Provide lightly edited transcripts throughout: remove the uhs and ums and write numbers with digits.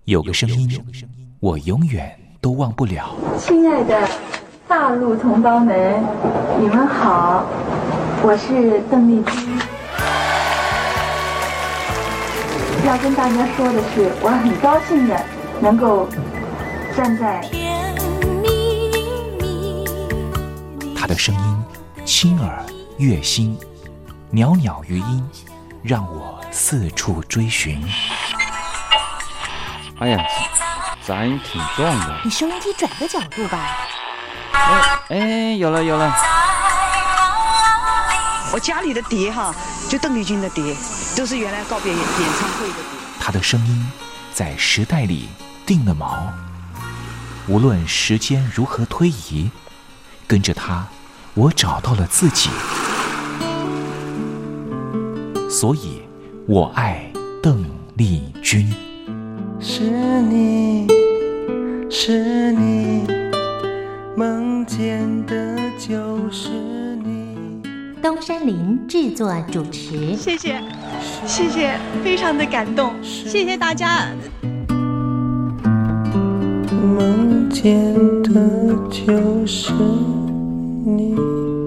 有个声音，我永远都忘不了。 亲爱的大陆同胞们，你们好，我是邓丽君。要跟大家说的是，我很高兴的能够站在她的声音轻耳悦心，袅袅余音，让我四处追寻。 哎呀，杂音挺重的。 你收音机转个角度吧。 有了。 我家里的碟哈，就邓丽君的碟，都是原来告别演唱会的碟。 她的声音在时代里定了锚，无论时间如何推移，跟着她，我找到了自己。所以，我爱邓丽君。 是你，是你，梦见的就是你。 东山林制作主持， 谢谢，非常的感动，谢谢大家。 梦见的就是你。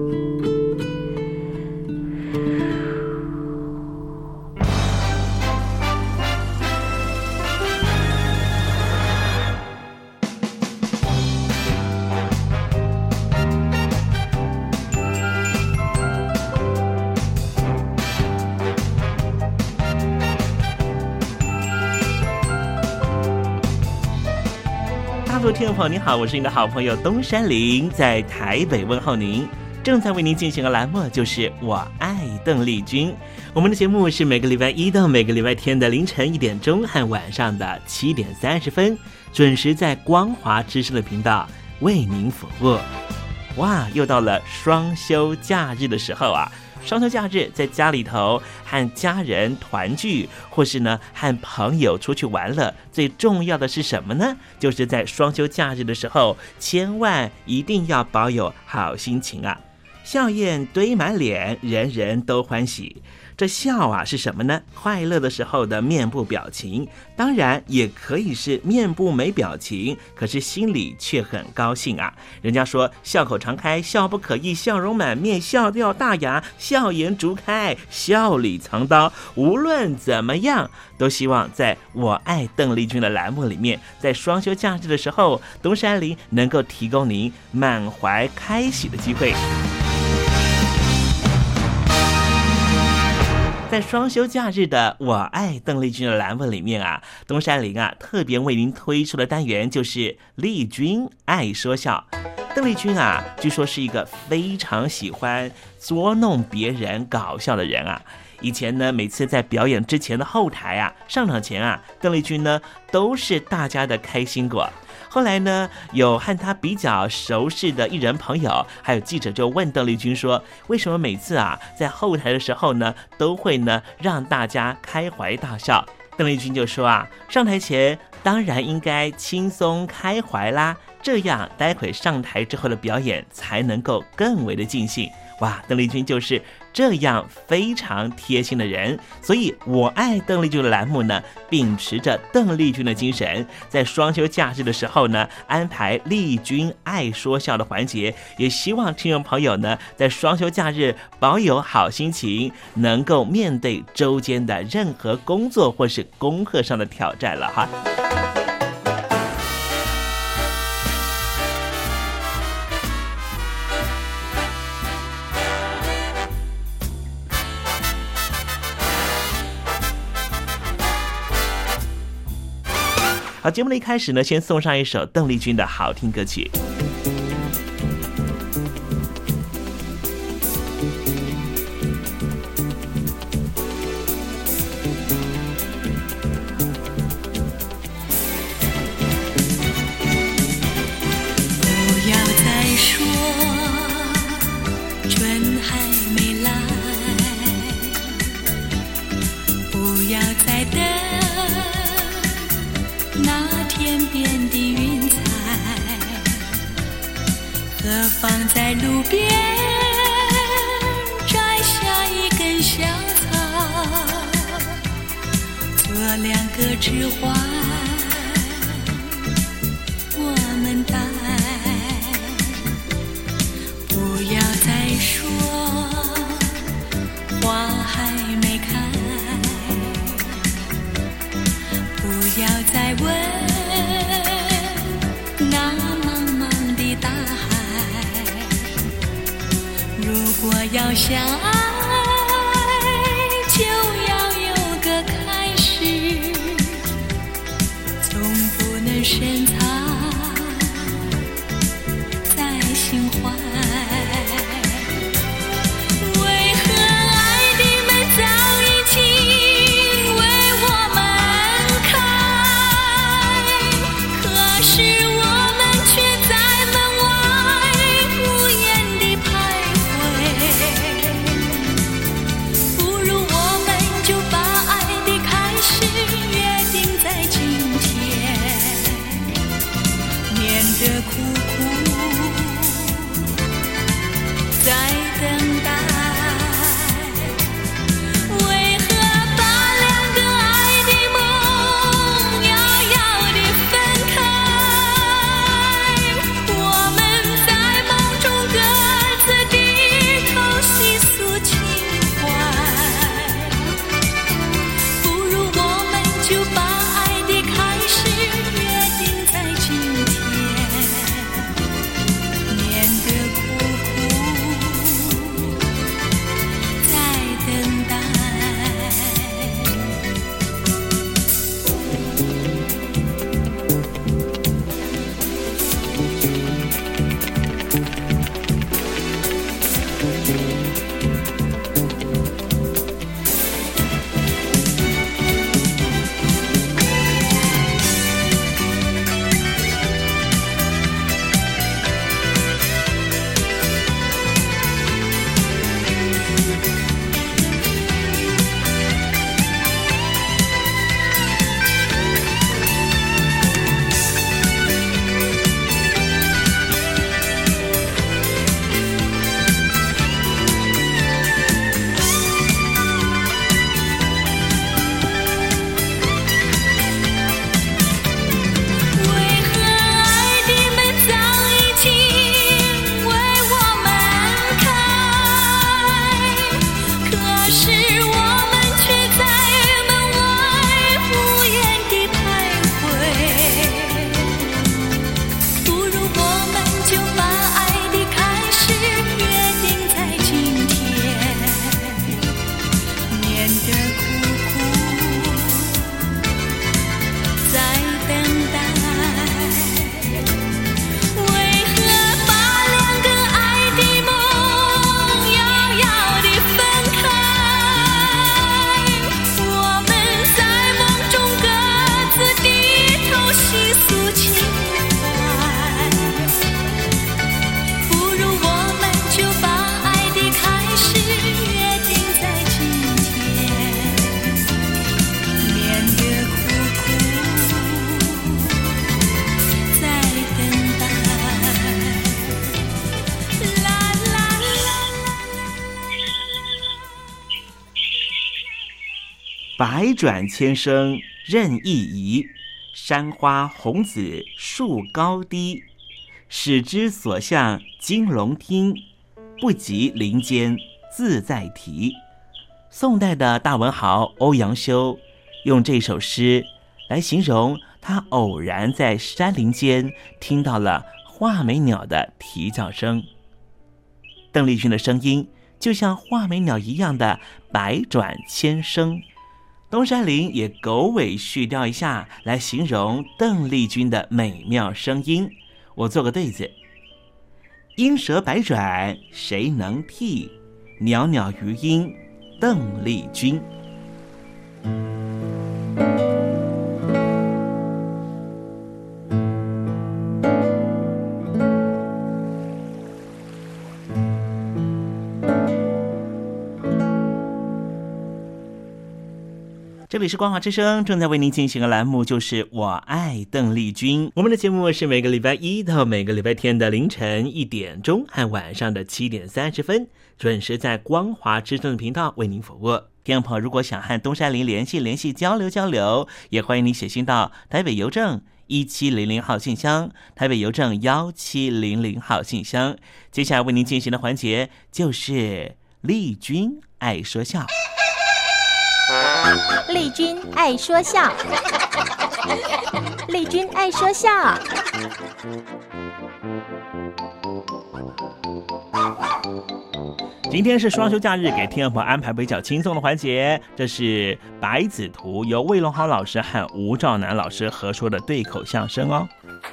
各位听众朋友，你好，我是你的好朋友东山林，在台北问候您。正在为您进行的栏目就是我爱邓丽君。我们的节目是每个礼拜一到每个礼拜天的凌晨1点钟和晚上的7点30分，准时在光华之声的频道为您服务。哇，又到了双休假日的时候啊！双休假日在家里头和家人团聚，或是呢和朋友出去玩乐，最重要的是什么呢？就是在双休假日的时候，千万一定要保有好心情啊！笑靥堆满脸，人人都欢喜。这笑啊是什么呢？快乐的时候的面部表情，当然也可以是面部没表情，可是心里却很高兴啊。人家说笑口常开，笑不可抑，笑容满面，笑掉大牙，笑颜逐开，笑里藏刀。无论怎么样，都希望在我爱邓丽君的栏目里面，在双休假日的时候，东山林能够提供您满怀开喜的机会。在双休假日的我爱邓丽君的栏目里面啊，东山林啊特别为您推出的单元就是丽君爱说笑。邓丽君啊，据说是一个非常喜欢捉弄别人搞笑的人啊。以前呢，每次在表演之前的后台啊，上场前啊，邓丽君呢都是大家的开心果。后来呢，有和他比较熟识的艺人朋友，还有记者就问邓丽君说，为什么每次啊在后台的时候呢，都会呢让大家开怀大笑？邓丽君就说啊，上台前当然应该轻松开怀啦，这样待会上台之后的表演才能够更为的尽兴。哇，邓丽君就是这样非常贴心的人，所以我爱邓丽君的栏目呢，秉持着邓丽君的精神，在双休假日的时候呢，安排丽君爱说笑的环节，也希望听众朋友呢，在双休假日保有好心情，能够面对周间的任何工作或是功课上的挑战了哈。好，节目的一开始呢，先送上一首邓丽君的好听歌曲。 不要再说春还没来，不要再等那天边的云彩，何妨在路边摘下一根小草，做2个指环， 角在问那茫茫的大海，如果要相爱，就要有个开始，总不能深藏在心怀。 百转千声任意移，山花红紫树高低。始知所向金龙听，不及林间自在啼。宋代的大文豪欧阳修用这首诗来形容他偶然在山林间听到了画眉鸟的啼叫声。邓丽君的声音就像画眉鸟一样的百转千声，东山林也狗尾续貂一下来形容邓丽君的美妙声音。我做个对子：莺蛇百转谁能替，袅袅余音邓丽君。这里是光华之声，正在为您进行的栏目就是我爱邓丽君。我们的节目是每个礼拜一到每个礼拜天的凌晨1点钟和晚上的7点30分，准时在光华之声的频道为您服务。听众朋友如果想和东山林联系交流，也欢迎你写信到台北邮政1700号信箱，台北邮政1700号信箱。接下来为您进行的环节就是丽君爱说笑。 丽君爱说笑。 丽君爱说笑。 今天是双休假日，给听众朋友安排比较轻松的环节。这是白子图，由魏龙豪老师和吴兆南老师合说的对口相声哦。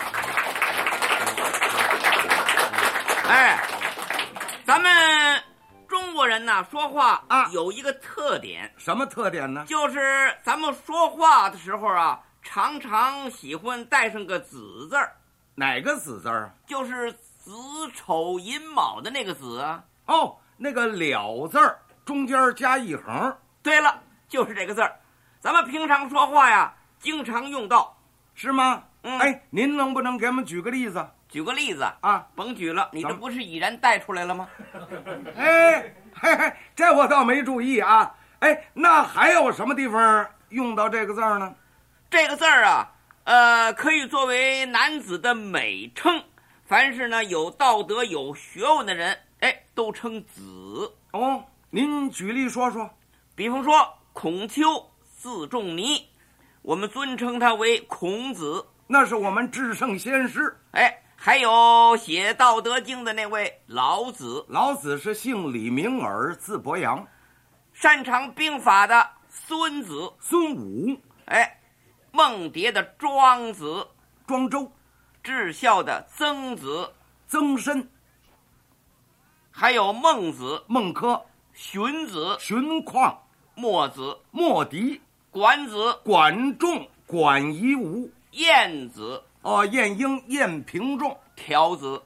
哎，咱们中国人呢说话啊有一个特点， 什么特点呢？ 就是咱们说话的时候啊，常常喜欢带上个子字儿。 哪个子字儿？ 就是子丑寅卯的那个子啊。 哦，那个了字儿中间加一横。 对了，就是这个字儿。咱们平常说话呀，经常用到， 是吗？ 哎， 您能不能给我们举个例子？ 举个例子啊， 甭举了，你这不是已然带出来了吗？ 哎，嘿嘿，这我倒没注意啊。哎，那还有什么地方用到这个字儿呢？ 这个字儿啊，可以作为男子的美称，凡是呢有道德、有学问的人，哎，都称子。 哦，您举例说说。 比方说，孔丘字仲尼，我们尊称他为孔子， 那是我们至圣先师。 哎，还有写《道德经》的那位老子， 老子是姓李名耳，字伯阳。 擅长兵法的孙子， 孙武。 哎，梦蝶的庄子， 庄周。 智孝的曾子， 曾参。 还有孟子， 孟轲。 荀子， 荀况。 墨子， 墨翟。 管子， 管仲，管夷吾。 晏子， 晏婴，晏平仲。 条子，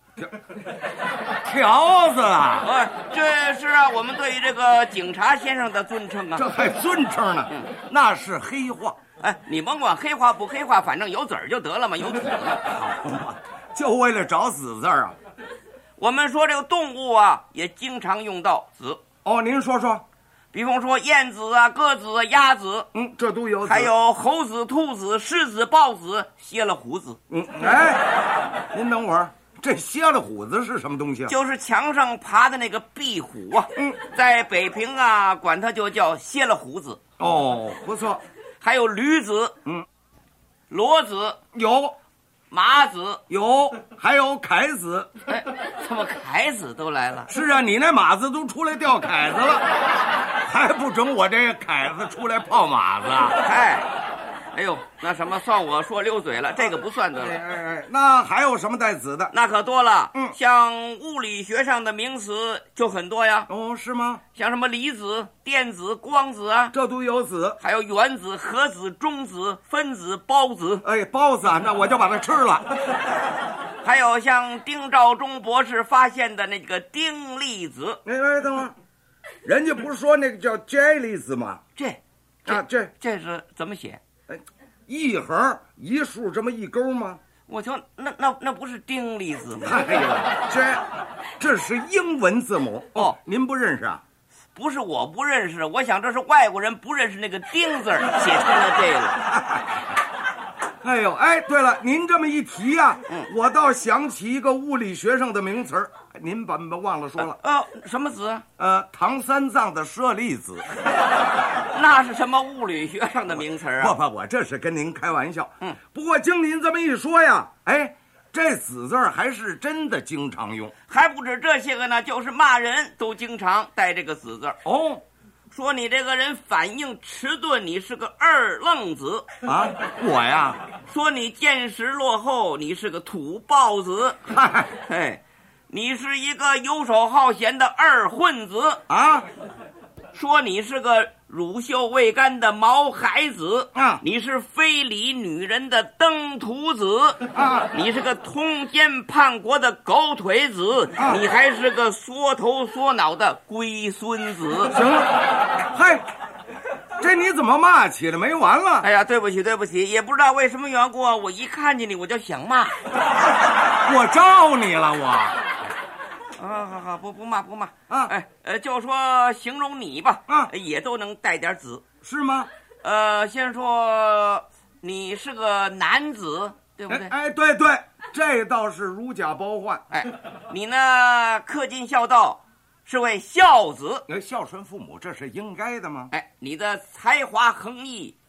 条子啊！ 这是啊，我们对于这个警察先生的尊称啊。 这还尊称呢？那是黑话。 哎，你甭管黑话不黑话，反正有子儿就得了嘛，有子嘛。 就为了找子字啊。 我们说这个动物啊，也经常用到子。 哦，您说说。 比方说燕子啊、鸽子啊、鸭子， 这都有子。 还有猴子、兔子、狮子、豹子、蝎了虎子。 哎，您等会儿，这蝎了虎子是什么东西啊？ 就是墙上爬的那个壁虎啊。在北平啊，管它就叫蝎了虎子。 哦，不错。 还有驴子，骡子有， 马子有，还有凯子。 哎，怎么凯子都来了？ 是啊，你那马子都出来钓凯子了，还不准我这凯子出来泡马子？ 哎呦，那什么，算我说溜嘴了，这个不算得了。那还有什么带子的？ 那可多了。像物理学上的名词就很多呀。 哦，是吗？ 像什么离子、电子、光子啊， 这都有子。 还有原子、核子、中子、分子、孢子。 哎，孢子啊，那我就把它吃了。 还有像丁肇中博士发现的那个丁粒子。 哎，等会儿，人家不是说那个叫疽粒子吗？ 这是怎么写？ 一横一竖这么一勾吗？ 我瞧，那不是丁粒子吗？ 哎呀，这是英文字母哦，您不认识啊？ 不是我不认识，我想这是外国人不认识那个丁字写成了这个。 哎呦，哎，对了，您这么一提呀，我倒想起一个物理学上的名词儿，您把忘了说了。 什么子？ 唐三藏的舍利子。 那是什么物理学上的名词啊？ 不，我这是跟您开玩笑。不过经您这么一说呀，哎，这子字还是真的经常用。 还不止这些个呢，就是骂人都经常带这个子字。 哦， 说你这个人反应迟钝，你是个二愣子啊！我呀， 说你见识落后，你是个土豹子。嗨，你是一个游手好闲的二混子啊！ 说你是个乳臭未干的毛孩子啊！ 你是非礼女人的登徒子啊！你是个通奸叛国的狗腿子啊！你还是个缩头缩脑的龟孙子。 行了，嗨，这你怎么骂起来没完了？ 哎呀，对不起，也不知道为什么缘故，我一看见你我就想骂。 我招你了我。 好，不骂啊！就说形容你吧，也都能带点子， 是吗？ 先说你是个男子，对不对？ 哎，对，这倒是如假包换。 哎，你呢，恪尽孝道，是位孝子， 孝顺父母，这是应该的吗？ 哎，你的才华横溢，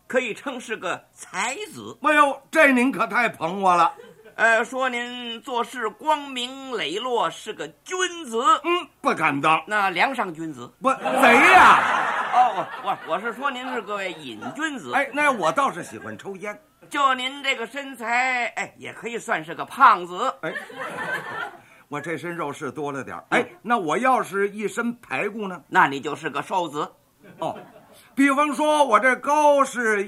可以称是个才子。 哎呦，这您可太捧我了。 说您做事光明磊落，是个君子。 不敢当。 那梁上君子不贼呀？ 我是说您是个瘾君子。 那我倒是喜欢抽烟。 就您这个身材，也可以算是个胖子。 我这身肉是多了点。那我要是一身排骨呢？ 那你就是个瘦子。 比方说我这高是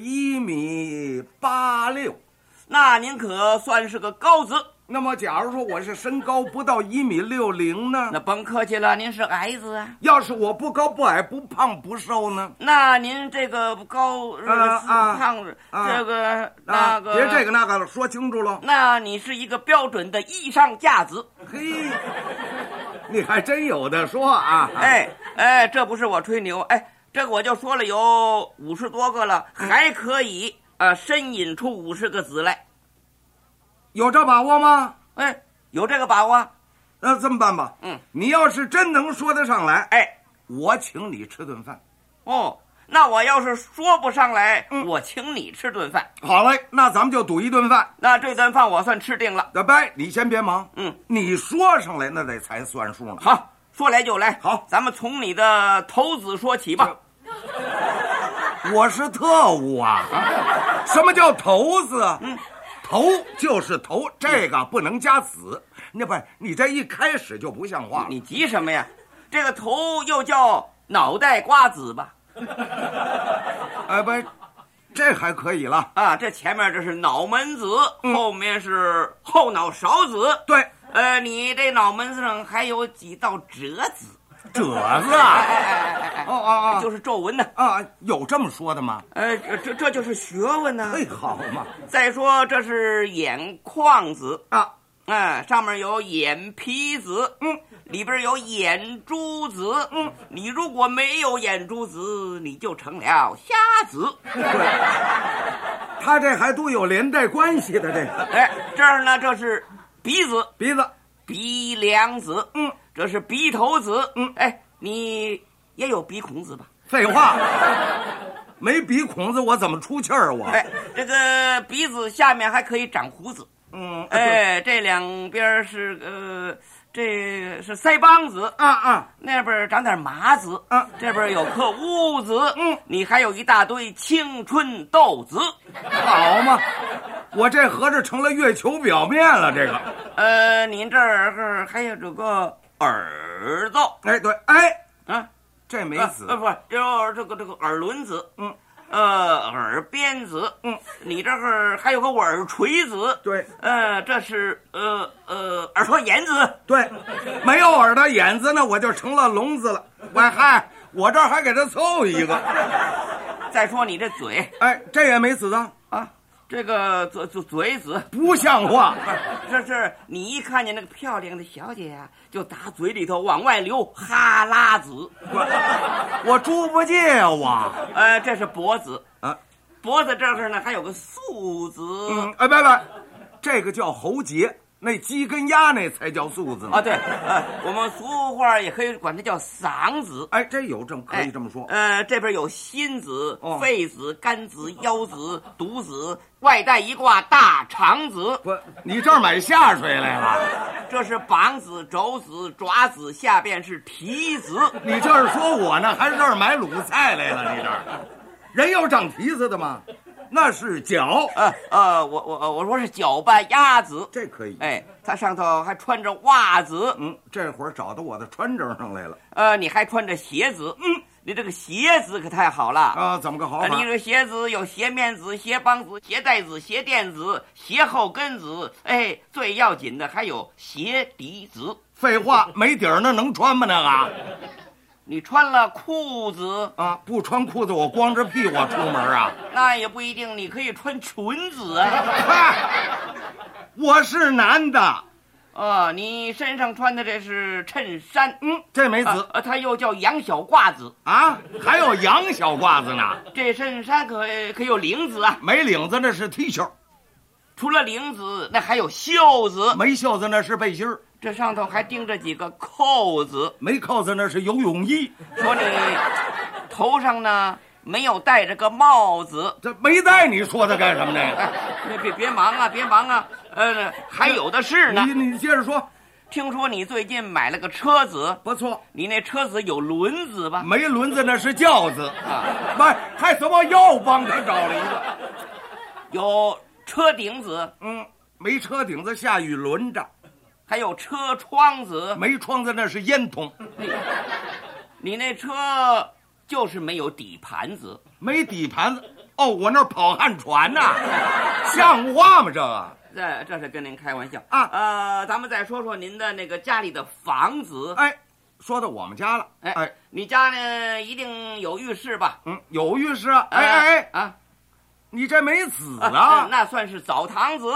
1.86米， 那您可算是个高子。 那么假如说我是身高不到1.60米呢？ 那甭客气了，您是矮子啊。 要是我不高不矮不胖不瘦呢？ 那您这个高胖子，这个那个， 别这个那个了，说清楚了。 那你是一个标准的衣裳架子。 嘿，你还真有的说啊！ 这不是我吹牛，这个我就说了有50多个了，还可以呻吟出50个子来。 有这把握吗？ 有这个把握。 那这么办吧，你要是真能说得上来，我请你吃顿饭。 那我要是说不上来，我请你吃顿饭。 好嘞，那咱们就赌一顿饭。 那这顿饭我算吃定了。 大伯，你先别忙，你说上来那得才算数呢。 好，说来就来。 好， 咱们从你的头子说起吧。 我是特务啊！什么叫头子啊？头就是头，这个不能加子。你这一开始就不像话了。 你急什么呀？这个头又叫脑袋瓜子吧？ 不，这还可以了啊。这前面这是脑门子，后面是后脑勺子。 对， 你这脑门子上还有几道褶子。 褶子啊？ 就是皱纹呢。 有这么说的吗？ 这就是学问呢。 好嘛。 再说这是眼眶子上面有眼皮子，里边有眼珠子，你如果没有眼珠子，你就成了瞎子。 对，他这还都有连带关系的这个。 这儿呢，这是鼻子，鼻梁子，这是鼻头子，你也有鼻孔子吧？ 废话，没鼻孔子我怎么出气儿？我这个鼻子下面还可以长胡子。这两边是这是腮帮子那边长点麻子这边有颗乌子你还有一大堆青春痘子。 好嘛，我这合着成了月球表面了。这个您这儿还有这个耳朵。 对，这没子。 不是，就是这个耳轮子。耳边子，你这儿还有个耳垂子。 对， 这是耳朵眼子。 对，没有耳朵眼子呢，我就成了聋子了。我这儿还给他凑一个。 再说你这嘴， 这也没子啊。 这个嘴子不像话。 这是你一看见那个漂亮的小姐呀，就打嘴里头往外流哈喇子。 我猪不戒我。 这是脖子脖子这儿呢还有个素子。 别，这个叫喉结，那鸡跟鸭那才叫素子呢。 对，我们俗话也可以管它叫嗓子。 这有可以这么说。 这边有心子、肺子、肝子、腰子、肚子，外带一挂大肠子。 不，你这儿买下水来了？ 这是膀子、肘子、爪子，下边是蹄子。 你这是说我呢，还是这儿买卤菜来了？你这儿人有长蹄子的吗？那是脚。 我说是脚拌鸭子， 这可以。 它上头还穿着袜子。 这会儿找到我的穿着上来了。 你还穿着鞋子。你这个鞋子可太好了怎么个好法？ 你这个鞋子有鞋面子、鞋帮子、鞋带子、鞋垫子、鞋后跟子，最要紧的还有鞋底子。 废话，没底儿那能穿吗？那个你穿了裤子不穿裤子我光着屁股出门啊？ 那也不一定，你可以穿裙子我是男的。 你身上穿的这是衬衫。 这没子。 它又叫羊小褂子还有羊小褂子呢。 这衬衫可有领子没领子那是 T 恤。 除了领子，那还有袖子。 没袖子那是背心儿。 这上头还钉着几个扣子。 没扣子那是游泳衣。 说你头上呢没有戴着个帽子。 这没戴，你说他干什么呢？ 别忙啊，别忙啊，还有的是呢。 你接着说。 听说你最近买了个车子， 不错。 你那车子有轮子吧？ 没轮子，那是轿子啊。不，还怎么又帮他找了一个？ 有车顶子， 没车顶子，下雨轮着。 还有车窗子， 没窗子，那是烟筒。 你那车就是没有底盘子， 没底盘子。哦，我那跑旱船呐，像话吗？这个。 这是跟您开玩笑啊。咱们再说说您的那个家里的房子。 哎，说到我们家了。哎， 你家呢一定有浴室吧？ 有浴室啊。哎，你这没子啊？ 那算是澡堂子。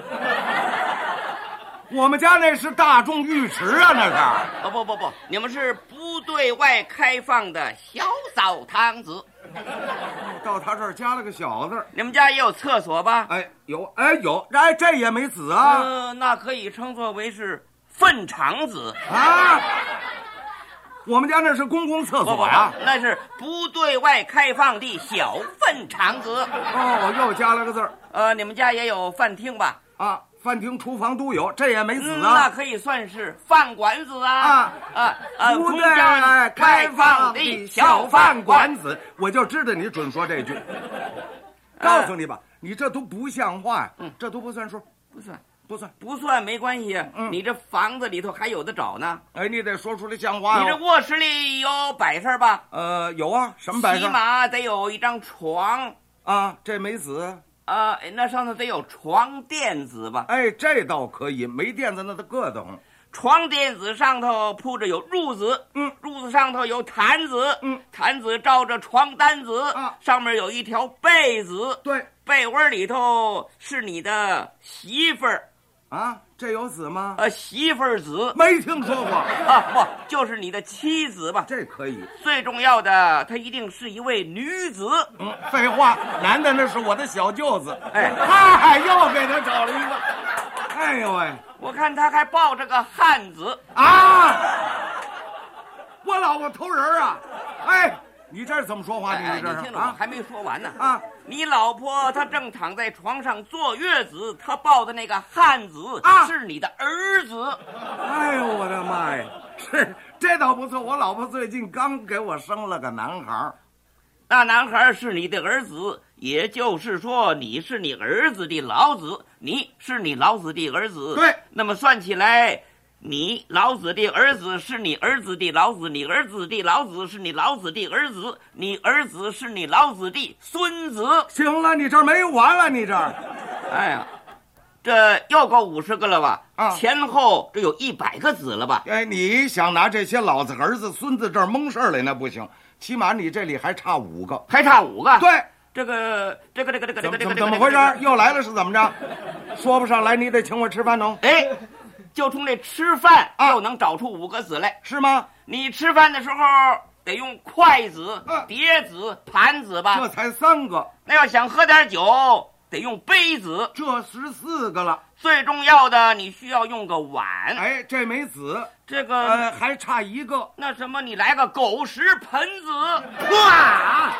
我们家那是大众浴池啊，那是。 不，你们是不对外开放的小澡堂子。 到他这儿加了个小字。 你们家也有厕所吧？ 有。这也没子啊。 那可以称作为是粪场子啊。我们家那是公共厕所呀。 那是不对外开放的小粪场子。 又加了个字。 你们家也有饭厅吧？ 饭厅、厨房都有，这也没子啊。 那可以算是饭馆子啊。 不对外开放的小饭馆子。我就知道你准说这句。告诉你吧，你这都不像话呀。这都不算数。 不算没关系。你这房子里头还有的找呢。 你得说出来像话。 你这卧室里有摆设吧？ 有啊。什么摆设？ 起码得有一张床啊。这没子。 那上头得有床垫子吧？ 这倒可以。没垫子那都硌得慌。 床垫子上头铺着有褥子，褥子上头有毯子，毯子罩着床单子，上面有一条被子， 对， 被窝里头是你的媳妇儿。 这有子吗？ 媳妇儿子没听说过不，就是你的妻子吧？ 这可以。 最重要的，她一定是一位女子。 废话，男的那是我的小舅子。又给他找了一个。哎呦喂！ 我看他还抱着个汉子啊！我老婆偷人啊！你这是怎么说话？ 你听着，我还没说完呢。你老婆她正躺在床上坐月子，她抱的那个汉子是你的儿子。 哎呦我的妈呀！这倒不错，我老婆最近刚给我生了个男孩。 那男孩是你的儿子，也就是说你是你儿子的老子，你是你老子的儿子。 对， 那么算起来，你老子的儿子是你儿子的老子，你儿子的老子是你老子的儿子，你儿子是你老子的孙子。 行了，你这没完了，你这。 哎呀，这又够50个了吧？前后这有100个子了吧？ 你想拿这些老子、儿子、孙子这儿蒙事儿来那不行，起码你这里还差5个。 还差5个？ 对。 这个怎么回事？又来了是怎么着？说不上来，你得请我吃饭哦。 就冲这吃饭又能找出5个子来， 是吗？ 你吃饭的时候得用筷子、碟子、盘子吧？ 这才3个。 那要想喝点酒，得用杯子， 这14个了。 最重要的，你需要用个碗。 这没子。 这个还差1个。 那什么，你来个狗食盆子。 哇！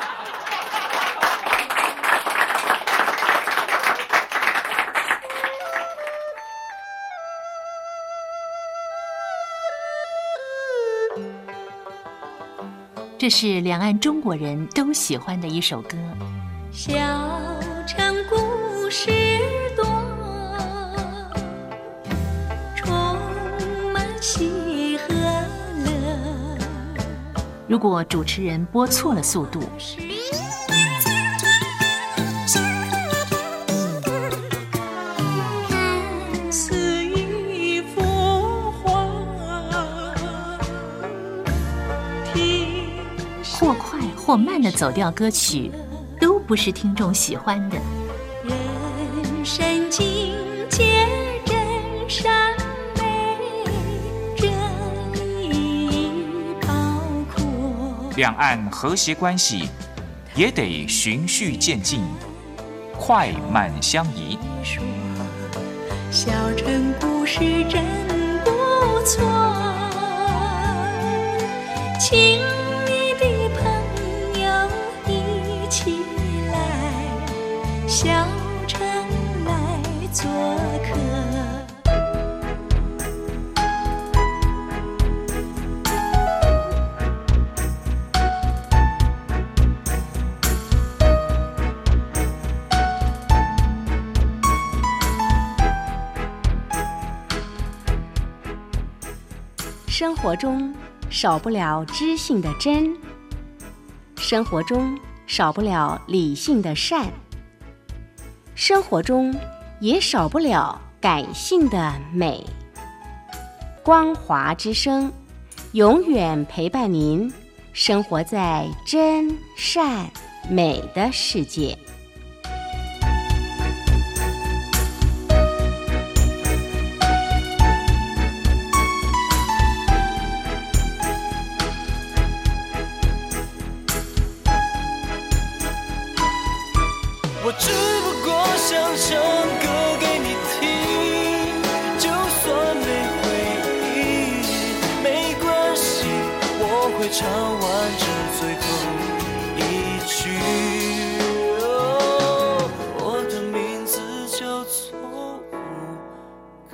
这是两岸中国人都喜欢的一首歌。 小城故事多，充满喜和乐。 如果主持人播错了速度， 看似一幅画， 或快或慢的走调歌曲，都不是听众喜欢的。 人生境界真善美，这里包括两岸和谐关系也得循序渐进，快慢相宜。 小城故事真不错，请你的朋友一做客。 生活中少不了知性的真，生活中少不了理性的善，生活中也少不了感性的美。光华之声永远陪伴您生活在真善美的世界。 我只不过想唱歌给你听，就算没回应没关系，我会唱完这最后一句。我的名字叫做吴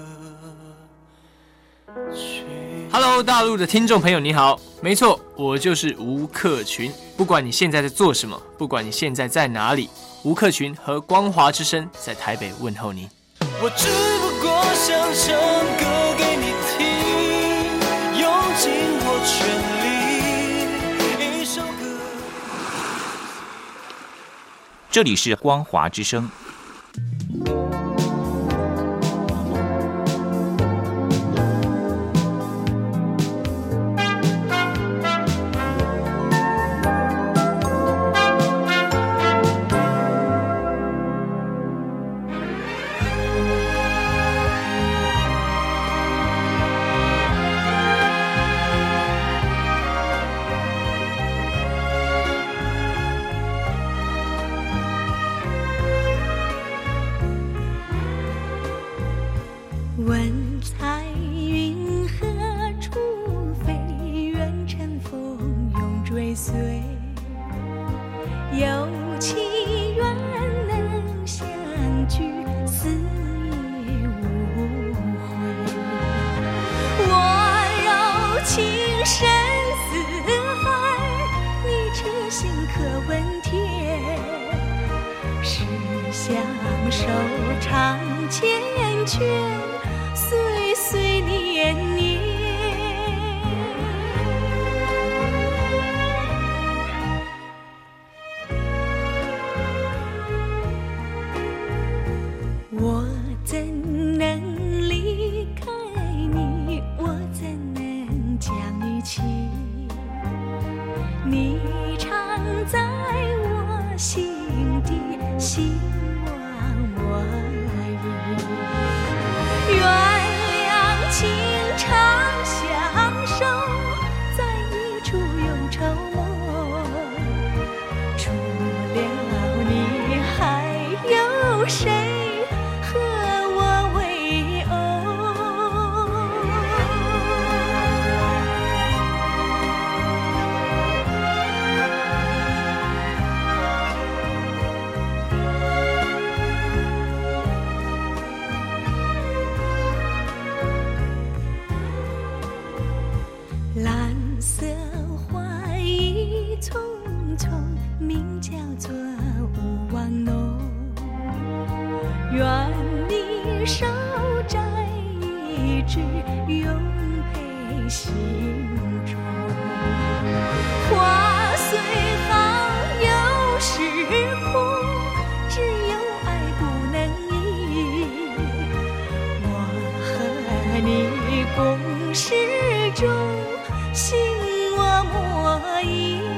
克群。 Hello， 大陆的听众朋友你好，没错，我就是吴克群。不管你现在在做什么，不管你现在在哪里，吴克群和光华之声在台北问候您。 我只不过想唱歌给你听，用尽我全力，一首歌。 这里是光华之声。 问彩云何处飞，愿乘风永追随，有情愿能相聚，死也无悔。我柔情深似海，你痴心可问天，是相守长缱绻，岁岁年年。我怎能离开你？我怎能将你弃？你常在我心底，希望我已。原情长相守，在一处永愁梦。除了你，还有谁和我为偶？蓝色花意匆匆，名叫做勿忘浓。愿你手摘一枝，永陪心中。花虽好，有时苦，只有爱不能移。我和你共事中，心我莫疑。